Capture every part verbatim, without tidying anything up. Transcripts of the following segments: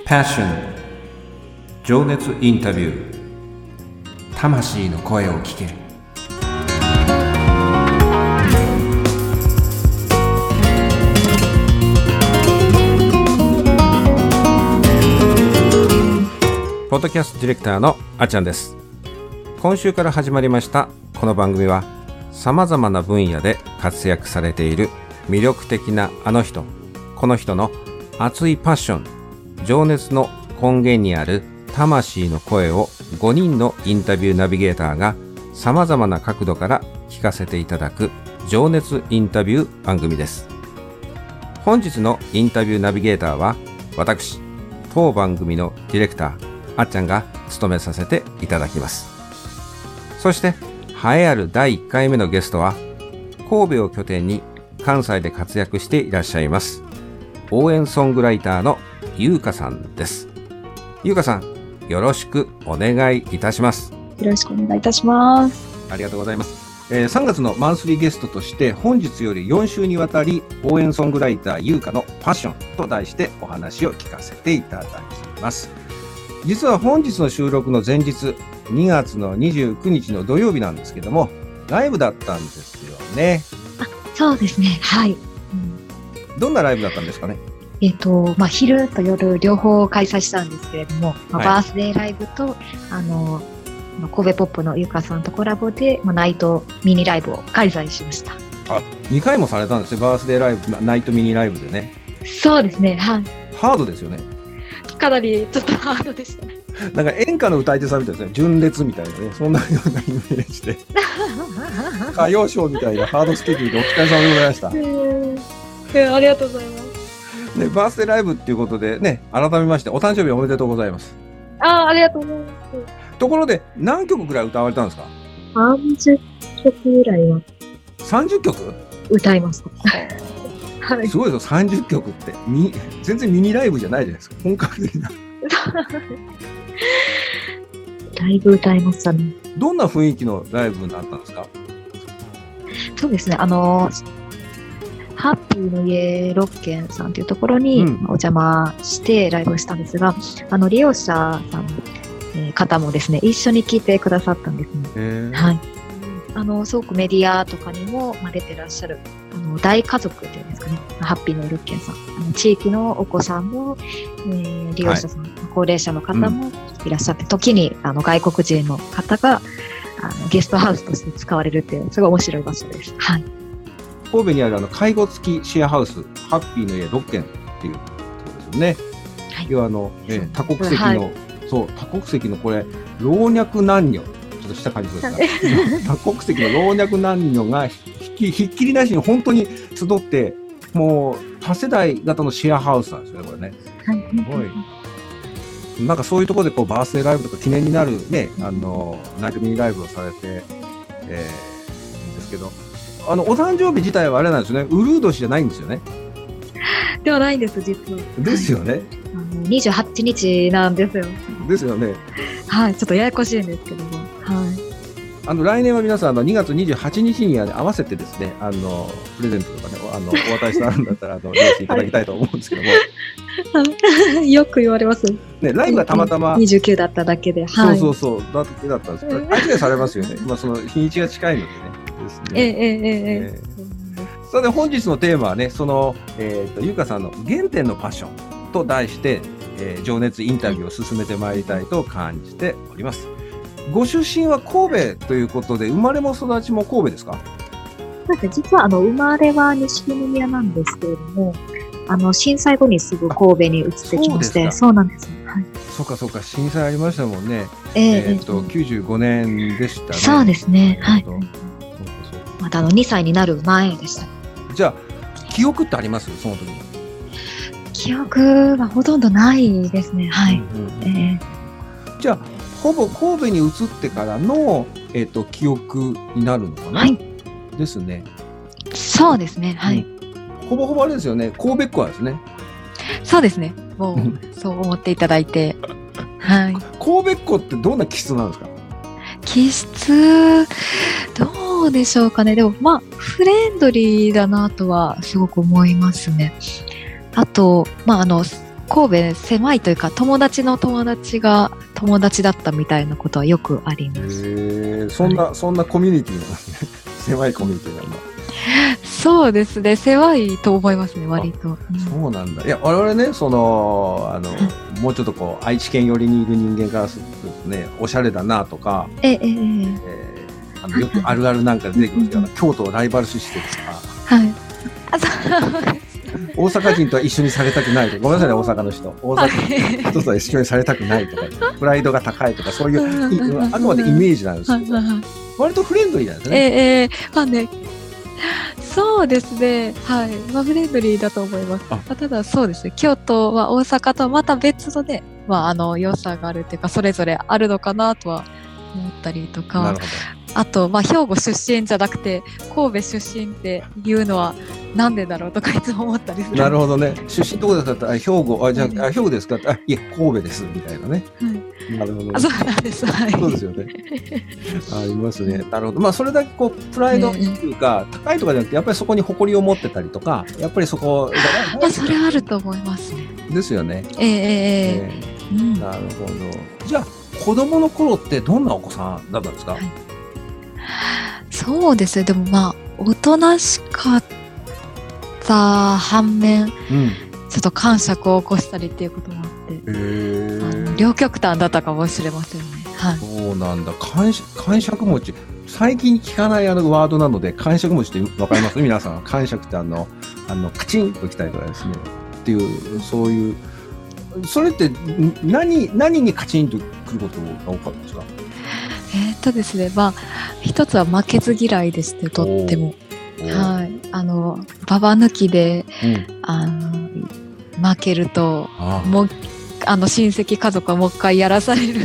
Passion 情熱インタビュー、魂の声を聞ける。ポッドキャストディレクターのあっちゃんです。今週から始まりましたこの番組は、さまざまな分野で活躍されている魅力的なあの人この人の熱いパッション、情熱の根源にある魂の声をごにんのインタビューナビゲーターがさまざまな角度から聞かせていただく情熱インタビュー番組です。本日のインタビューナビゲーターは私、当番組のディレクターあっちゃんが務めさせていただきます。そして栄えあるだいいっかいめのゲストは、神戸を拠点に関西で活躍していらっしゃいます応援ソングライターのゆうかさんです。ゆうかさん、よろしくお願いいたします。 よろしくお願いいたします。 ありがとうございます。えー、さんがつのマンスリーゲストとして本日よりよんしゅうにわたり応援ソングライターゆうかのパッションと題してお話を聞かせていただきます。実は本日の収録の前日、にがつのにじゅうくにちの土曜日なんですけども、ライブだったんですよね。 あ、そうですね。はい。うん、 どんなライブだったんですかね。 えっと、まあ、昼と夜両方開催したんですけれども、まあ、 はい、 バースデーライブと、あの、神戸ポップのゆかさんとコラボで、まあ、ナイトミニライブを開催しました。 あ、にかいもされたんですね。バースデーライブ、ナイトミニライブでね。 そうですね。はい。 ハードですよね。 かなりちょっとハードでしたね。 なんか演歌の歌い手さんみたいですね。純烈みたいなね。そんなようなイメージで。歌謡ショーみたいなハードスケジュールでお疲れ様でございました。 えー、ありがとうございます。 ね、バースデーライブっていうことでね、改めましてお誕生日おめでとうございます。 あ、ありがとうございます。 ところで何曲ぐらい歌われたんですか。 さんじゅっきょくぐらいは。 さんじゅっきょく歌いました。 はい、すごいですよ。さんじゅっきょくってミ全然ミニライブじゃないじゃないですか。本格的なだいぶ歌いましたね。 どんな雰囲気のライブになったんですか。 そうですね、あのハッピーの家ろっけんさんというところにお邪魔してライブをしたんですが、うん、あの利用者さん、えー、方もですね一緒に聞いてくださったんですね。はい、あのすごくメディアとかにも、まあ、出てらっしゃるあの大家族っていうんですかね、ハッピーのろっけんさん、あの地域のお子さんも、えー、利用者さん、はい、高齢者の方もいらっしゃって、うん、時にあの外国人の方があのゲストハウスとして使われるっていうすごい面白い場所です。はい、 神戸にあるあの介護付きシェアハウスハッピーの家ろっけんっていうところですよね。はい、要はあの、えー、多国籍の、はい、そう多国籍のこれ老若男女ちょっとした感じですか。多国籍の老若男女がひっきひっきりなしに本当に集ってもう多世代型のシェアハウスなんですよねこれね。はい。すごい。なんかそういうところでこうバースデーライブとか記念になるね、あのナイトミニライブをされて、えー、ですけど、あのお誕生日自体はあれなんですよね。ウルー年じゃないんですよね。ではないんです実は。 ですよね。はい、 あのにじゅうはちにちなんですよ。 ですよね。 はい、ちょっとややこしいんですけども、はい。 あの来年は皆さんあのにがつにじゅうはちにちに合わせてですね、あのプレゼントとかね、あのお渡しされるんだったらあの用意していただきたいと思うんですけども。 よく言われます。 ね、ライブがたまたまにじゅうきゅうだっただけで、 はい、そうそうそうだけだったんですけど、勘違いされますよね。まあその日にちが近いのでね。ですね。 ええええええ。 それで本日のテーマはね、そのえっとゆかさんの原点のパッションと題して、えー、情熱インタビューを進めてまいりたいと感じております。ご出身は神戸ということで、生まれも育ちも神戸ですか？ なんか実はあの生まれは西宮なんですけれども、あの震災後にすぐ神戸に移ってきまして、そうなんです。はい。 そうかそうか、震災ありましたもんね。 えー、 えー、っときゅうじゅうごねんでしたね。 そうですね。はい。またあのにさいになる前でした。 じゃあ記憶ってあります？その時の。 記憶はほとんどないですね。はい。うんうんうん、えー、じゃあほぼ神戸に移ってからのえー、っと記憶になるのかな。 はい。 ですね。 そうですね。はい。うん、 ほぼほぼあれですよね。神戸っ子はですね。 そうですね。もうそう思っていただいて、はい。 神戸っ子ってどんな気質なんですか？ 気質どうでしょうかね。でもまあフレンドリーだなとはすごく思いますね。あとまああの神戸狭いというか、友達の友達が友達だったみたいなことはよくあります。 へえ、そんな、はい、そんなコミュニティなんですね。狭いコミュニティなんだ。 そうですね、狭いと思いますね、割と。 うん、そうなんだ。いや、我々ね、その、あの、もうちょっとこう、愛知県寄りにいる人間からするとね、おしゃれだなとか、 ええええー、あのよくあるあるなんかで出てくるような、京都をライバル視してるとか、はい。あ、そう大阪人とは一緒にされたくないとか、ごめんなさいね、大阪の人。大阪人とは一緒にされたくないとか、プライドが高いとか、そういう、あくまでイメージなんですけど、割とフレンドリーなんですね。 ええー、まあね。そうですね。はい。まあ、フレンドリーだと思います。あただ、そうですね。京都は大阪とはまた別のね、まあ、あの、良さがあるっていうか、それぞれあるのかなとは思ったりとか。なるほど。あと、まあ、兵庫出身じゃなくて、神戸出身っていうのは、なんでだろうとかいつも思ったりする。 なるほどね。出身どこですかって、あ、兵庫、あ、じゃあ、あ、兵庫ですかって、あ、いえ、神戸です、みたいなね。はい。なるほど、ね。 あ、そうなんです。はい。 そうですよね。ありますね。なるほど。まあ、それだけこう、プライドっていうか、高いとかじゃなくて、やっぱりそこに誇りを持ってたりとか、やっぱりそこ、 あ、それあると思いますね。 ですよね。 ええええ。 なるほど。じゃあ、子供の頃ってどんなお子さんだったんですか？はい、 そうですね。でもまあ、おとなしかった反面、うん、ちょっと感触を起こしたりっていうこともあって、あの両極端だったかもしれませんね。はい。 そうなんだ。感感触持ち。最近聞かないあのワードなので、感触持ちってわかります皆さん。感触ってあの、あの、カチンときたりとかですね。っていう、そういう、それって何、何にカチンとくることが多かったんですか？ えーっとですね、まあ、一つは負けず嫌いでして、とっても。はい。あの、ババ抜きで、うん、あの、負けると、ああもう、あの、親戚家族はもう一回やらされるって。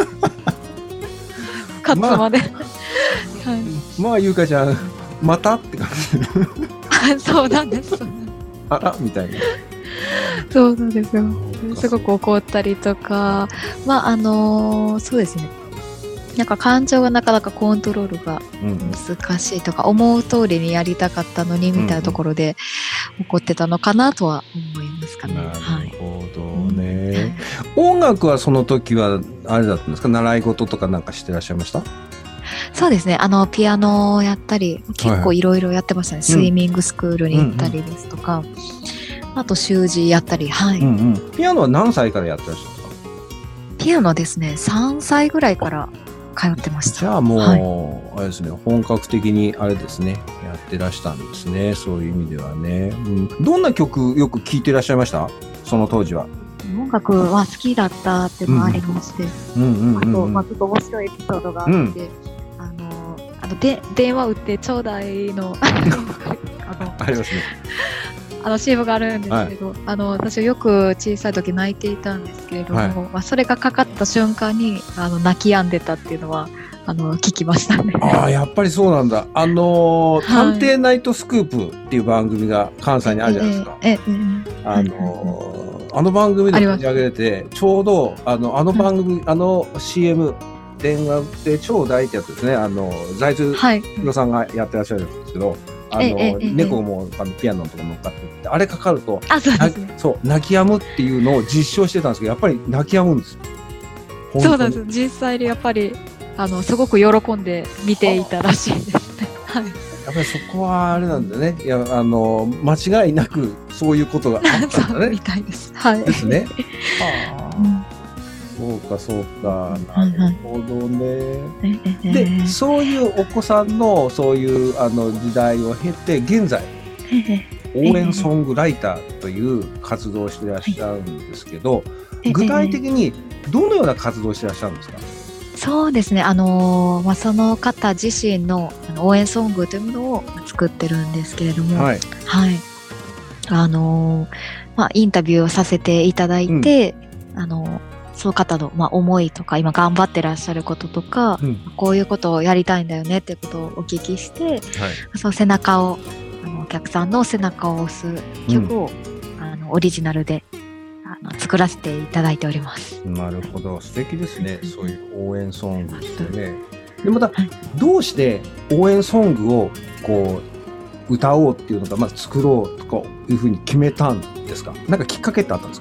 勝つまで。まあ、はい、まあ、ゆうかちゃん、またって感じ。そうなんです。 あらみたいな。 そうなんですよ。すごく怒ったりとか、まあ、あのー、そうですね。なんか感情がなかなかコントロールが難しいとか、うん、思う通りにやりたかったのにみたいなところで怒ってたのかなとは思いますかね。 なるほどね。はい、音楽はその時はあれだったんですか？習い事とかなんかしてらっしゃいました？ そうですね。あのピアノをやったり、結構いろいろやってましたね。はい、スイミングスクールに行ったりですとか、うんうん、あと習字やったり、はい、うんうん。ピアノは何歳からやってらっしゃるんですか？ ピアノですね、さんさいぐらいから通ってました。 じゃあもう、はい、あれですね、本格的にあれですね、やってらしたんですね。そういう意味ではね。うん、どんな曲よく聴いてらっしゃいました？その当時は。 音楽は好きだったっていうのがありまして、うんうんうんうん、あと、まあ、ちょっと面白いエピソードがあって、うん、あの、あので電話打ってちょうだいのあのありますね。 あの シーエム があるんですけど、はい、あの私はよく小さい時泣いていたんですけれども、はい、まあ、それがかかった瞬間にあの泣き止んでたっていうのはあの聞きましたね。 ああ、やっぱりそうなんだ。あのーはい、探偵ナイトスクープっていう番組が関西にあるじゃないですか。ええええ、あのー、あの番組で取り上げれて、ちょうどあのあの番組、あの シーエム 電話でちょうだいってやつですね。あの財津弘さんがやってらっしゃるんですけど。あの猫もあのピアノとか乗っかってってあれかかるとあそうですね、 そう泣き止むっていうのを実証してたんですけどやっぱり泣き止むんですよ。 そうなんです。実際にやっぱりあのすごく喜んで見ていたらしいですね。はい。やっぱりそこはあれなんだね。いやあの間違いなくそういうことがあったんだね。 みたいです。はい。 ですね。ああ。うんそうかそうか、なるほどね。で、そういうお子さんのそういうあの時代を経て現在応援ソングライターという活動をしていらっしゃるんですけど、具体的にどのような活動をしていらっしゃるんですか？ そうですね、あのーまあ、その方自身の応援ソングというものを作ってるんですけれども、はい、はい、あのーまあ、インタビューをさせていただいて、うん、あのーその方の、まあ、思いとか今頑張ってらっしゃることとか、うん、こういうことをやりたいんだよねっていうことをお聞きして、はい、その背中をあのお客さんの背中を押す曲を、うん、あのオリジナルであの作らせていただいております。 なるほど、素敵ですね。そういう応援ソングですよね。でまた、はい、どうして応援ソングをこう歌おうっていうのがまず作ろうとかいうふうに決めたんですか？なんかきっかけってあったんですか？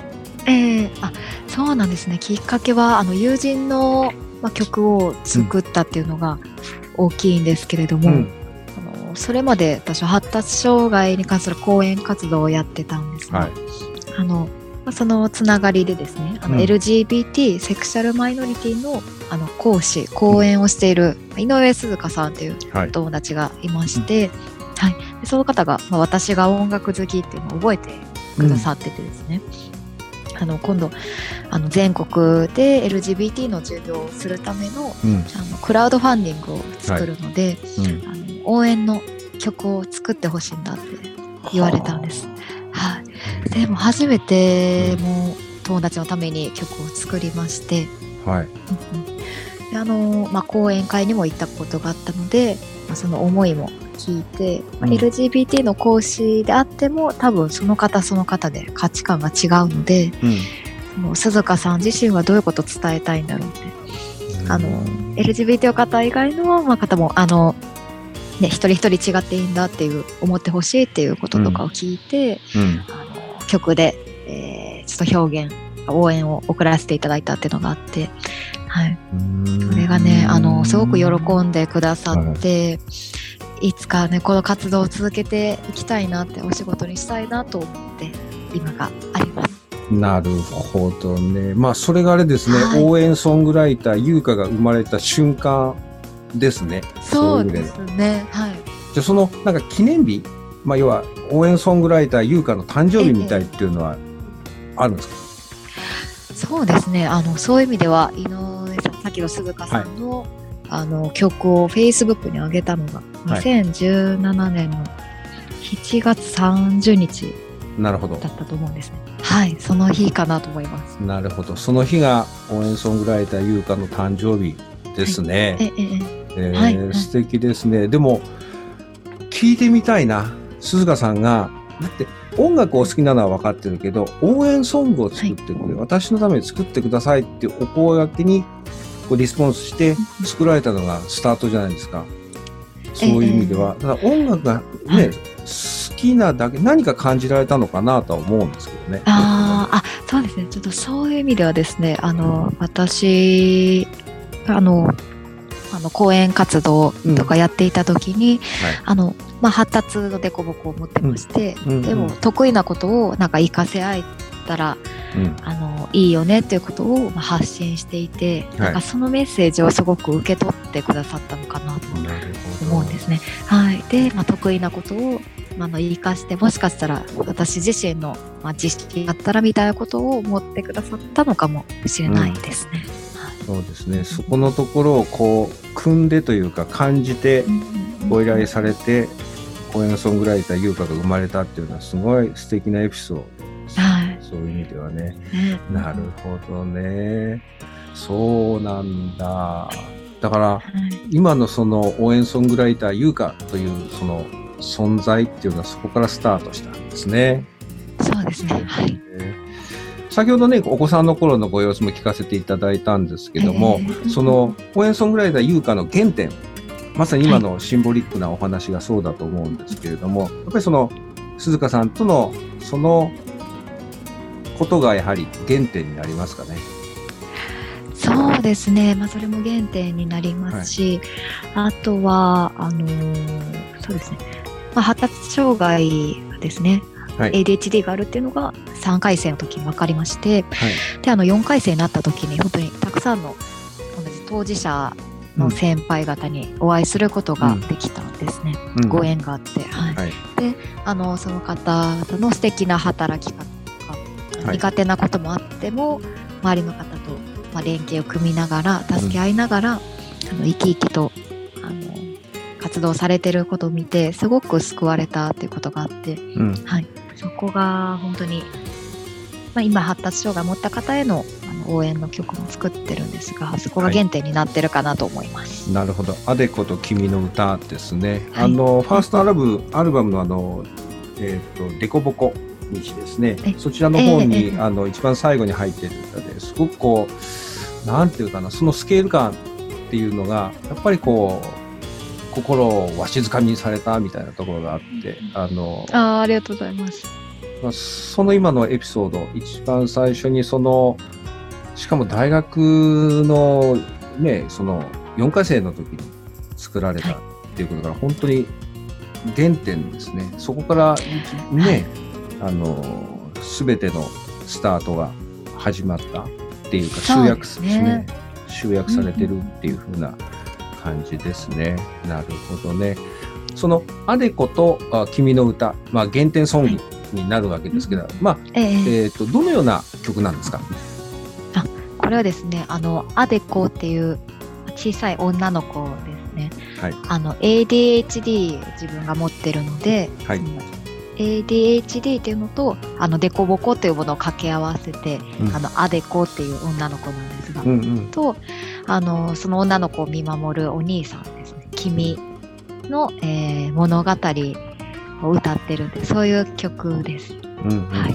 えー、あ、そうなんですね。きっかけは、あの、友人の、まあ、曲を作ったっていうのが大きいんですけれども、うん、あのそれまで私は発達障害に関する講演活動をやってたんですが、はい、あの、まあ、そのつながりでですね、あの、うん、エルジービーティー、セクシャルマイノリティの、あの、講師、講演をしている、うん、井上鈴香さんというお友達がいまして、はいはい、でその方が、まあ、私が音楽好きっていうのを覚えてくださっててですね、うん、あの今度あの全国で エルジービーティー の授業をするための、うん、あのクラウドファンディングを作るので、はいうん、あの応援の曲を作ってほしいんだって言われたんです。はい、でも初めてもう友達のために曲を作りまして、はいであのまあ、講演会にも行ったことがあったので、まあ、その思いも聞いて、うん、エルジービーティー の講師であっても多分その方その方で価値観が違うので、うん、その鈴鹿さん自身はどういうことを伝えたいんだろうって、うん、あの エルジービーティー の方以外の、まあ、方もあの、ね、一人一人違っていいんだっていう思ってほしいっていうこととかを聞いて、うん、あの曲で、えー、ちょっと表現応援を送らせていただいたっていうのがあって、はい、それがねあのすごく喜んでくださって、はい、いつかねこの活動を続けていきたいなってお仕事にしたいなと思って今があります。 なるほどね。まあそれがあれですね、はい、応援ソングライター優香が生まれた瞬間ですね。 そうですね。はい。 じゃあそのなんか記念日、まあ要は応援ソングライター優香の誕生日みたいっていうのはあるんですか？ そうですね。あのそういう意味では井上さん、さっきの鈴鹿さんの、はい、あの曲をフェイスブックに上げたのがにせんじゅうななねんのしちがつさんじゅうにちだったと思うんですね。はい、その日かなと思います。 なるほど。その日が応援ソングライター優香の誕生日ですね。はい、えええーはいはい、素敵ですね。でも聞いてみたいな。鈴鹿さんがだって音楽を好きなのは分かってるけど応援ソングを作ってくれ、はい、私のために作ってくださいってお声掛けにこうリスポンスして作られたのがスタートじゃないですか。そういう意味では、えー、だから音楽がね、はい、好きなだけ何か感じられたのかなとは思うんですけどね。 ああ、そうですね。ちょっとそういう意味ではですね、あの、うん、私あのあの講演活動とかやっていた時に、うんはい、あのまあ、発達の凸凹を持ってまして、うんうんうん、でも得意なことをなんか活かせ合えたら、うん、あのいいよねっていうことをまあ発信していて、はい、なんかそのメッセージをすごく受け取ってくださったのかなと思うんですね。はい、で、まあ、得意なことをあの生かしてもしかしたら私自身の、まあ、実績だったらみたいなことを思ってくださったのかもしれないですね。 うん、そうですね。そこのところをこう組んでというか感じてご依頼されて応援ソングライター優香が生まれたっていうのはすごい素敵なエピソードです、はい、そういう意味ではね、うん、なるほどね。そうなんだ。だから、はい、今のその応援ソングライター優香というその存在っていうのはそこからスタートしたんですね。 そうですね。はい。 先ほどねお子さんの頃のご様子も聞かせていただいたんですけども、えー、その応援ソングライター優香の原点、まさに今のシンボリックなお話がそうだと思うんですけれども、はい、やっぱりその鈴鹿さんとのそのことがやはり原点になりますかね。 そうですね、まあ、それも原点になりますし、はい、あとはあのー、そうですね、まあ、発達障害ですね、はい、エーディーエイチディー があるっていうのがさんかい生の時に分かりまして、はい、であのよんかい生になった時に本当にたくさんの同じ当事者の先輩方にお会いすることができたんですね、うん、ご縁があって、はいはい、であのその方の素敵な働き方とか、はい、苦手なこともあっても周りの方と、まあ、連携を組みながら助け合いながら、うん、あの生き生きとあの活動されてることを見てすごく救われたっていうことがあって、うんはい、そこが本当に、まあ、今発達障害を持った方への応援の曲も作ってるんですが、そこが原点になってるかなと思います。 はい、なるほど。アデコと君の歌ですね。はい、あのファーストアルバム、アルバムのあのえっ、ー、とデコボコ日ですね。そちらの方に、えー、あの一番最後に入っている歌ですごくこうなんていうかな、そのスケール感っていうのがやっぱりこう心をわしづかみにされたみたいなところがあって、あのあありがとうございます。 まあ、その今のエピソード、一番最初にその、しかも大学のね、そのよんかい生の時に作られたっていうことから、本当に原点ですね。そこからね、はい、あの、すべてのスタートが始まったっていうか、集約ですね。集約されてるっていう風な感じですね。うん、なるほどね。そのアデコとあ君の歌、まあ、原点ソングになるわけですけど、はい、まあ、えー、えーと、どのような曲なんですか？ あ、これはですね、あの、アデコっていう小さい女の子ですね。はい、あの、エーディーエイチディー 自分が持ってるので、はい、エーディーエイチディー っていうのと、あの、デコボコっていうものを掛け合わせて、うん、あの、アデコっていう女の子なんですが、うんうん、と、あの、その女の子を見守るお兄さんですね、君の、えー、物語を歌ってるんで、そういう曲です。うんうんうん、はい。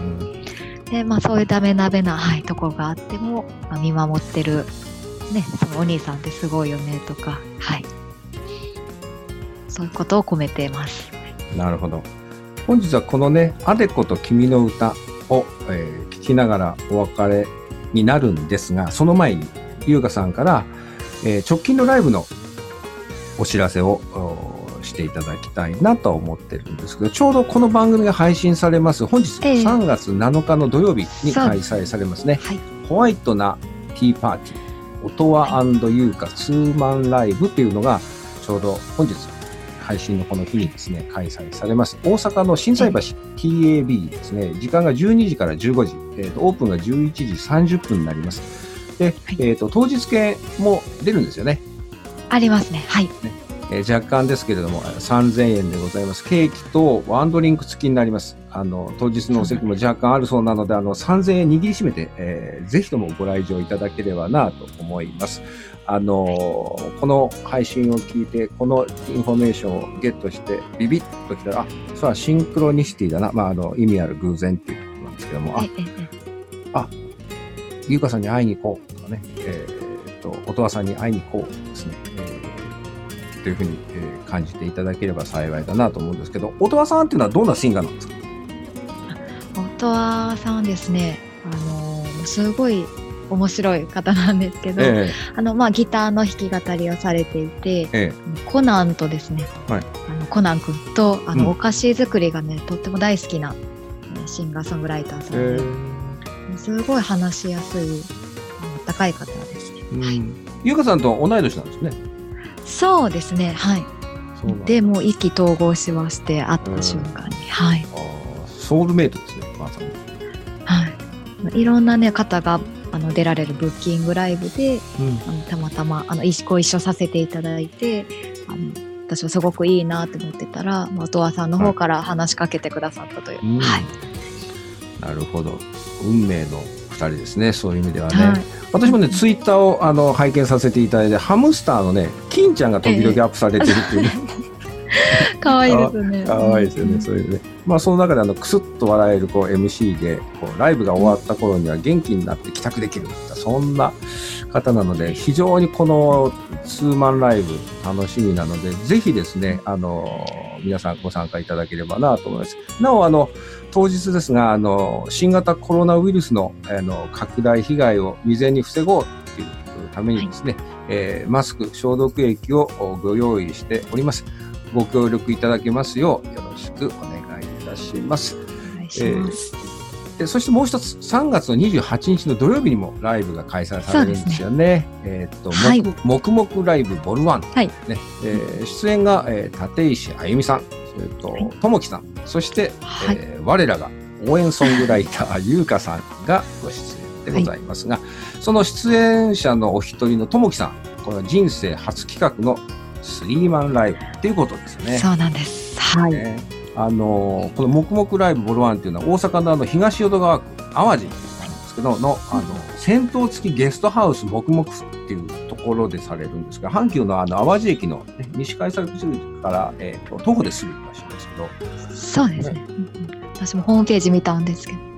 で、まあ、そういうダメダメな、はい、とこがあっても、まあ、見守ってる、ね、そのお兄さんってすごいよね、とか、はい。そういうことを込めています。 なるほど。本日はこのね、アデコと君の歌を、えー、聞きながらお別れになるんですが、その前に、優香さんから、えー、直近のライブのお知らせをしていただきたいなと思ってるんですけど、ちょうどこの番組が配信されます本日さんがつなのかの土曜日に開催されますね、はい、ホワイトなティーパーティー音羽&優香ツーマンライブっていうのがちょうど本日配信のこの日にですね開催されます。大阪の心斎橋 ティーエービー ですね。時間がじゅうにじからじゅうごじ、えーと、オープンがじゅういちじさんじゅっぷんになります。で、はい、えーと、当日券も出るんですよね。 ありますね。はい。ね、 えー、若干ですけれどもさんぜんえんでございます。ケーキとワンドリンク付きになります。あの当日のお席も若干あるそうなので、あのさんぜんえん握りしめて、えー、ぜひともご来場いただければなと思います。あのー、この配信を聞いてこのインフォメーションをゲットしてビビッときたら、あ、それはシンクロニシティだな、まあ、あの意味ある偶然っていうことなんですけども、あ、あ、優香さんに会いに行こうとかね、えー、と音羽さんに会いに行こうですね、えー、というふうに、えー、感じていただければ幸いだなと思うんですけど、音羽さんっていうのはどんなシンガーなんですか？ 音羽さんですね、あのー、すごい面白い方なんですけど、ええ、あのまあギターの弾き語りをされていて、ええ、コナンとですね、はい、あのコナン君とあの、うん、お菓子作りがねとっても大好きなシンガーソングライターさんで、えー、すごい話しやすい高い方ですね。うん、はい、 優香さんと同い年なんですね。 そうですね、はい。でもう意気投合しまして会った瞬間に、はい。 あ、ソウルメイトですね、まさに。 はい。いろんなね方があの出られるブッキングライブで、うん、あのたまたまあのご一緒させていただいて、あの私はすごくいいなと思ってたら、音羽さんの方から話しかけてくださったという、はいはい、 なるほど、運命のふたりですね、そういう意味ではね、はい、私もねツイッターをあの拝見させていただいて、ハムスターのね金ちゃんが時々アップされてるっていう、ね、 えー、かわいいですね。 かわいいですよね、そういうね。まあその中であのクスッと笑えるこう エムシー でこうライブが終わった頃には元気になって帰宅できる、そんな方なので、非常にこのツーマンライブ楽しみなので、ぜひですね、あの皆さんご参加いただければなと思います。なおあの当日ですが、あの新型コロナウイルスのあの拡大被害を未然に防ごうというためにですね、はい、えー、マスク消毒液をご用意しております。ご協力いただけますようよろしくお願いいたします。 お願いします。 えー、そしてもう一つ、さんがつのにじゅうはちにちの土曜日にもライブが開催されるんですよね。えっと、はい、もくもくライブボルワン、はい、ね、えー、出演が、えー、立石あゆみさん、それと、はい、ともきさん、そして、はい、えー、我らが応援ソングライター優香さんがご出演でございますが、はい、その出演者のお一人のともきさん、これは人生初企画のスリーマンライブっていうことですね。 そうなんです。はい。ね、 あのこのもくもくライブボルワンっていうのは大阪のあの東淀川区淡路なんですけどの、あの戦闘付きゲストハウスもくもくっていうところでされるんですが、阪急のあの淡路駅の、ね、西改札口から、えー、と徒歩ですぐらしいんですけど。 そうですね。ね、私もホームページ見たんですけど。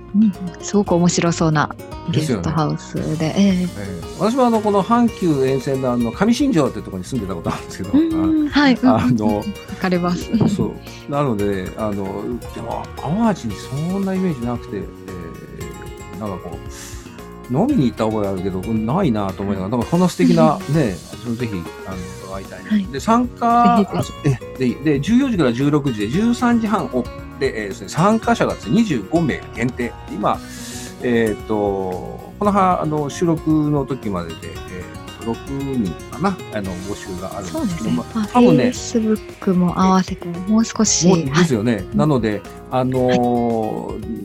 うん、すごく面白そうなゲストハウスで、で、ね、えーえー、私もあのこの阪急沿線のあの上新庄っていうところに住んでたことあるんですけど、うん、 はい、 あのわかります。 そうなので、ね、あのでも淡路にそんなイメージなくて、えー、なんかこう飲みに行った覚えあるけどないなと思いながら、なんかこの素敵なね、それぜひあの伺いたい、はい、で参加ででじゅうよじからじゅうろくじでじゅうさんじはんオープンで、えーですね、参加者がですねにじゅうごめい限定。今えっ、ー、とこのはあの収録の時までで、えー、ろくにんかなあの募集があるんですけど、 まあ、多分ね、Facebook も合わせてもう少し、 もうですよね。はい、なのであのーはい、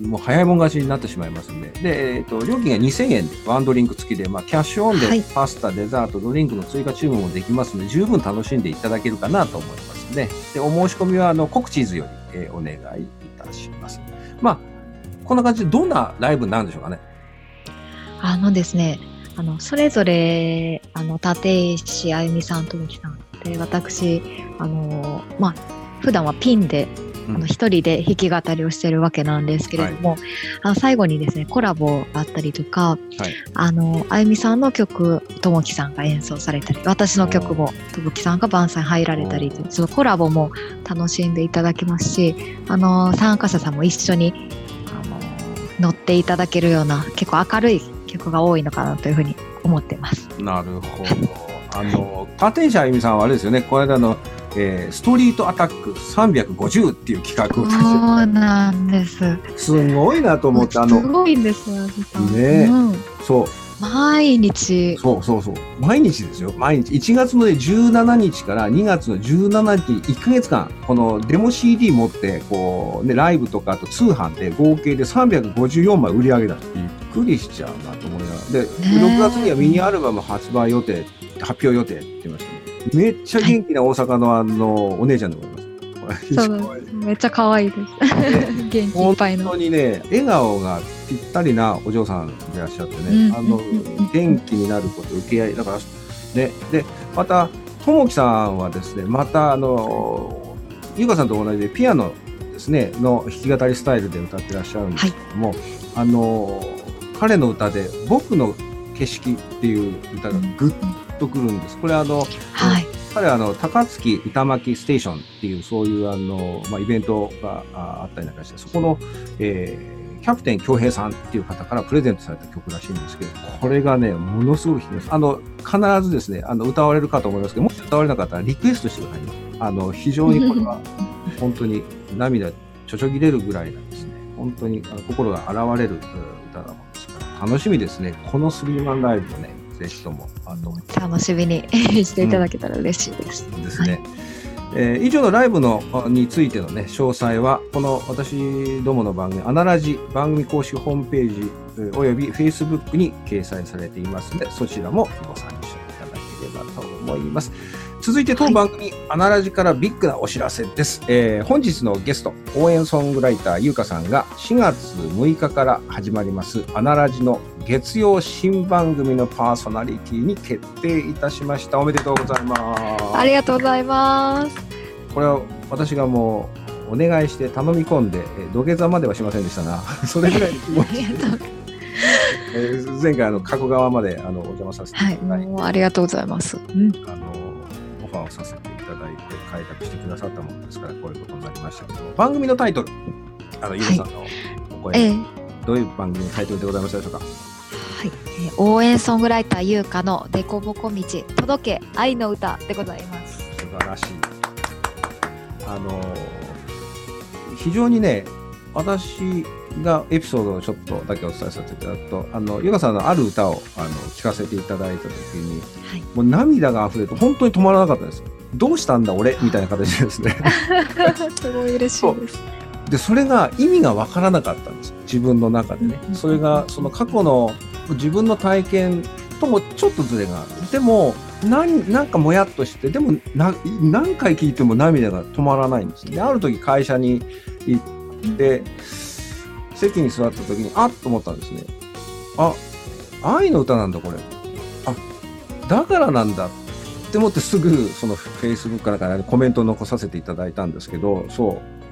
もう早いもん勝ちになってしまいますんで、でえっ、ー、と料金がにせんえんでワンドリンク付きで、まあキャッシュオンでパスタ、はい、デザート、ドリンクの追加注文もできますので、十分楽しんでいただけるかなと思いますね。でお申し込みはあの告知図より、えー、お願いいたします。まあこんな感じでどんなライブになるんでしょうかね。 あのですね、あのそれぞれあの立石あゆみさん、ともきさんで、私あのまあ普段はピンで、うん、あの一人で弾き語りをしてるわけなんですけれども、はい、あの最後にですねコラボがあったりとか、はい、あのあゆみさんの曲ともきさんが演奏されたり、私の曲もともきさんが伴奏入られたり、そのコラボも楽しんでいただけますし、あの参加者さんも一緒に乗っていただけるような結構明るい曲が多いのかなというふうに思ってます。 なるほど。あの立石あゆみさんはあれですよね、この間の、えー、ストリートアタックさんびゃくごじゅうっていう企画をそうなんです。 すごいなと思って、あのすごいんですよね、うん、そう毎日そうそうそう毎日ですよ。毎日いちがつのじゅうしちにちからにがつのじゅうしちにちにいっかげつかんこのデモ シーディー 持ってこう、ね、ライブとかあと通販で合計でさんびゃくごじゅうよんまい売り上げた。びっくりしちゃうなと思いながら、でろくがつにはミニアルバム発売予定、発表予定って言ってましたね。めっちゃ元気な大阪のあのお姉ちゃんでございます。 そうめっちゃ可愛いです。元気いっぱいの。 本当にね、笑顔がぴったりなお嬢さんでいらっしゃってね、うん、あの元気になること受け合いだからね。でまたともきさんはですね、またあのゆかさんと同じでピアノですねの弾き語りスタイルで歌ってらっしゃるんですけども、はい、あの彼の歌で僕の景色っていう歌がグッとくるんです。これあの、はい、彼はあの高槻歌巻ステーションっていうそういうあの、まあ、イベントがあったりなんかして、そこの、えー、キャプテン京平さんっていう方からプレゼントされた曲らしいんですけど、これがねものすごく弾きます。あの必ずですねあの歌われるかと思いますけど、もし歌われなかったらリクエストしてくださいね。あの非常にこれは本当に涙ちょちょぎれるぐらいなんですね。本当にあの心が洗われる歌だもんですから楽しみですね。このスリーマンライブもねぜひともあの楽しみにしていただけたら嬉しいです。 うん、ですね。はい、えー、以上のライブのについてのね詳細はこの私どもの番組アナラジ番組公式ホームページおよび Facebook に掲載されていますので、そちらもご参照いただければと思います。続いて当番組、はい、アナラジからビッグなお知らせです。えー、本日のゲスト応援ソングライターゆうかさんがしがつむいかから始まりますアナラジの月曜新番組のパーソナリティに決定いたしました。おめでとうございます。 ありがとうございます。 これは私がもうお願いして頼み込んで土下座まではしませんでしたがそれぐらいの気持ちでえー、前回あの加古川まであのお邪魔させていただいて、はい、 もうありがとうございます、うん、 あのオファーをさせていただいて開拓してくださったものですからこういうことになりましたけど、番組のタイトルあのゆうさんのお声、はい、どういう番組のタイトルでございましたでしょうか。はい、 えー、応援ソングライターゆうかのデコボコ道届け愛の歌でございます。 素晴らしい。あの非常にね私がエピソードをちょっとだけお伝えさせていただくと、あのゆかさんのある歌をあの聴かせていただいた時に、はい、もう涙が溢れて本当に止まらなかったです。どうしたんだ俺みたいな形ですねすごい嬉しいです。 でそれが意味が分からなかったんです自分の中でね、うん、それがその過去の自分の体験ともちょっとずれがある。でもなんなんかもやっとして、でもな何回聞いても涙が止まらないんですね。ある時会社に行って席に座った時にあっと思ったんですね。あ、愛の歌なんだこれ。あ、だからなんだって思ってすぐその Facebook かなんかにコメントを残させていただいたんですけど、そう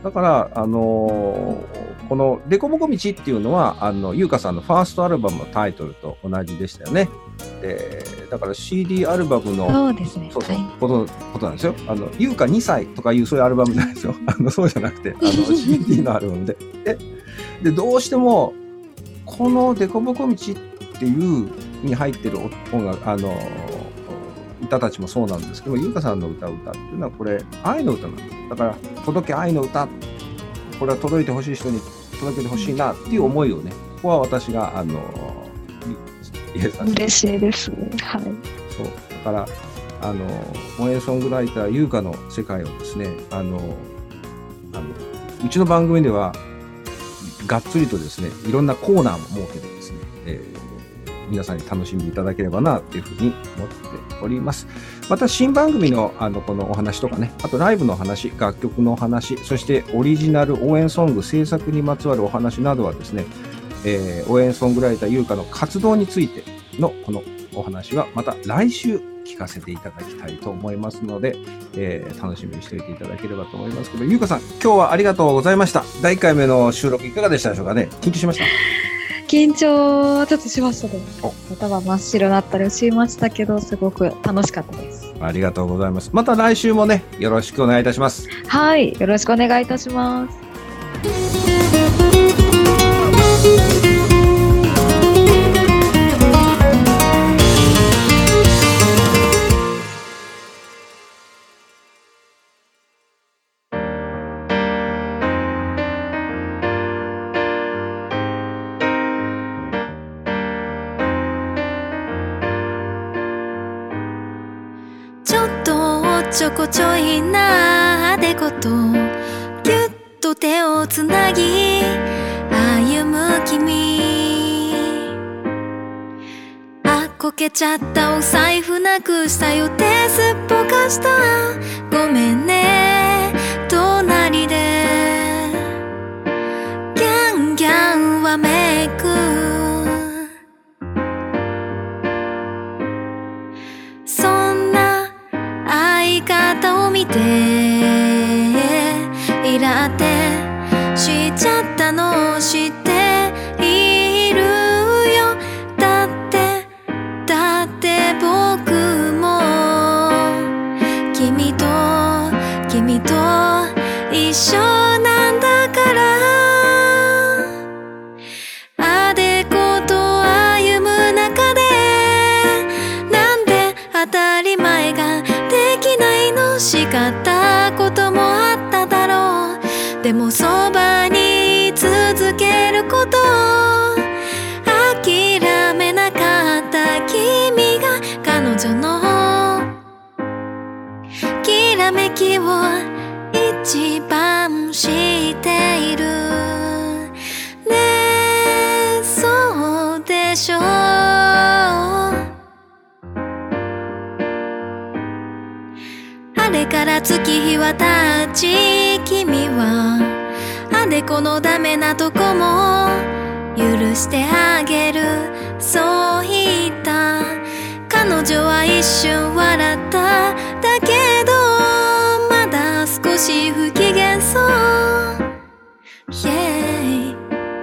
だから、あのー、このデコボコ道っていうのは、あの、優香さんのファーストアルバムのタイトルと同じでしたよね。で、だから シーディー アルバムの、 そうですね。 そうそう、 はい、 こと、ことなんですよ。あの、優香にさいとかいうそういうアルバムなんですよ。あの、そうじゃなくて、あの、シーディー のアルバムで。で、で、どうしても、このデコボコ道っていうに入ってる音楽、あの、歌たちもそうなんですけど、優香さんの歌を歌っていうのはこれ愛の歌なんです。だから届け愛の歌、これは届いてほしい人に届けてほしいなっていう思いをね、ここは私があの入れさせて嬉しいです。はい。 そうだからあの応援ソングライター優香の世界をですね、あのあのうちの番組ではがっつりとですね、いろんなコーナーも設けてですね、えー皆さんに楽しんでいただければなっていうふうに思っております。また新番組のあのこのお話とかね、あとライブの話、楽曲のお話、そしてオリジナル応援ソング制作にまつわるお話などはですね、えー、応援ソングライター優香の活動についてのこのお話はまた来週聞かせていただきたいと思いますので、えー、楽しみにしておいていただければと思いますけど、優香さん今日はありがとうございました。だいいっかいめの収録いかがでしたでしょうかね。緊張しました？ 緊張ちょっとしましたね。頭真っ白だったりしましたけど、すごく楽しかったです。 ありがとうございます。また来週もね、よろしくお願いいたします。 はい、よろしくお願いいたします。 ちょこちょいなあでことぎゅっと手をつなぎ歩む君、あこけちゃったお財布なくした予定すっぽかしたごめんね隣でギャンギャンわめく方を見てイラってしちゃったのを知っているよ。だってだって僕も君と君と一緒なんだから、あでこと歩む中でなんで当たり前ができないのしかったこともあっただろう。でもそばに続けること諦めなかった君が彼女のきらめきを一番知っているねえ、そうでしょう。あれから月日は経ち、君はあでこのダメなとこも許してあげる、そう言った。彼女は一瞬笑っただけどまだ少し不機嫌そう、yeah、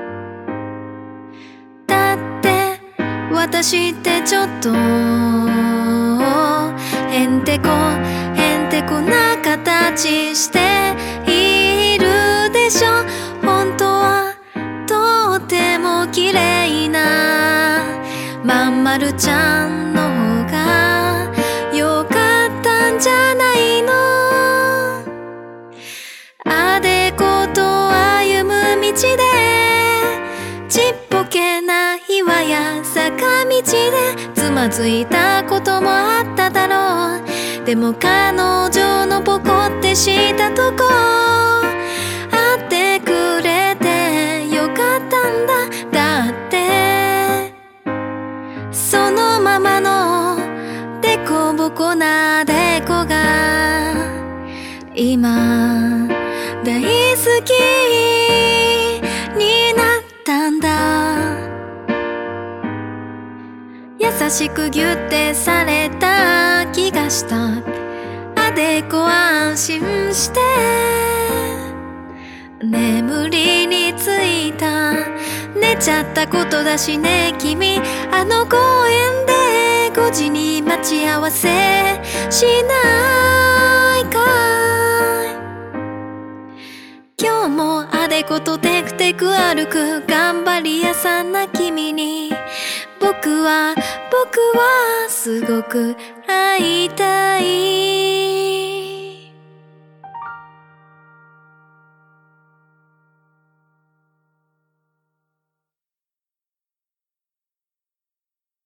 だって私ってちょっとへんてこへんてこな形しているでしょ。本当はとても綺麗なまんまるちゃんの方が良かったんじゃないの。あでこと歩む道でちっぽけな岩や坂道でつまずいたこともあっただろう。でも彼女のポコってしたとこ会ってくれてよかったんだ。だってそのままのデコボコなデコが今大好きになったんだ。優しくギュッてされた気がした。あでこ安心して眠りについた。寝ちゃったことだしね君、あの公園でごじに待ち合わせしないかい。今日もあでことテクテク歩く頑張り屋さんな君に、僕は僕はすごく会いたい。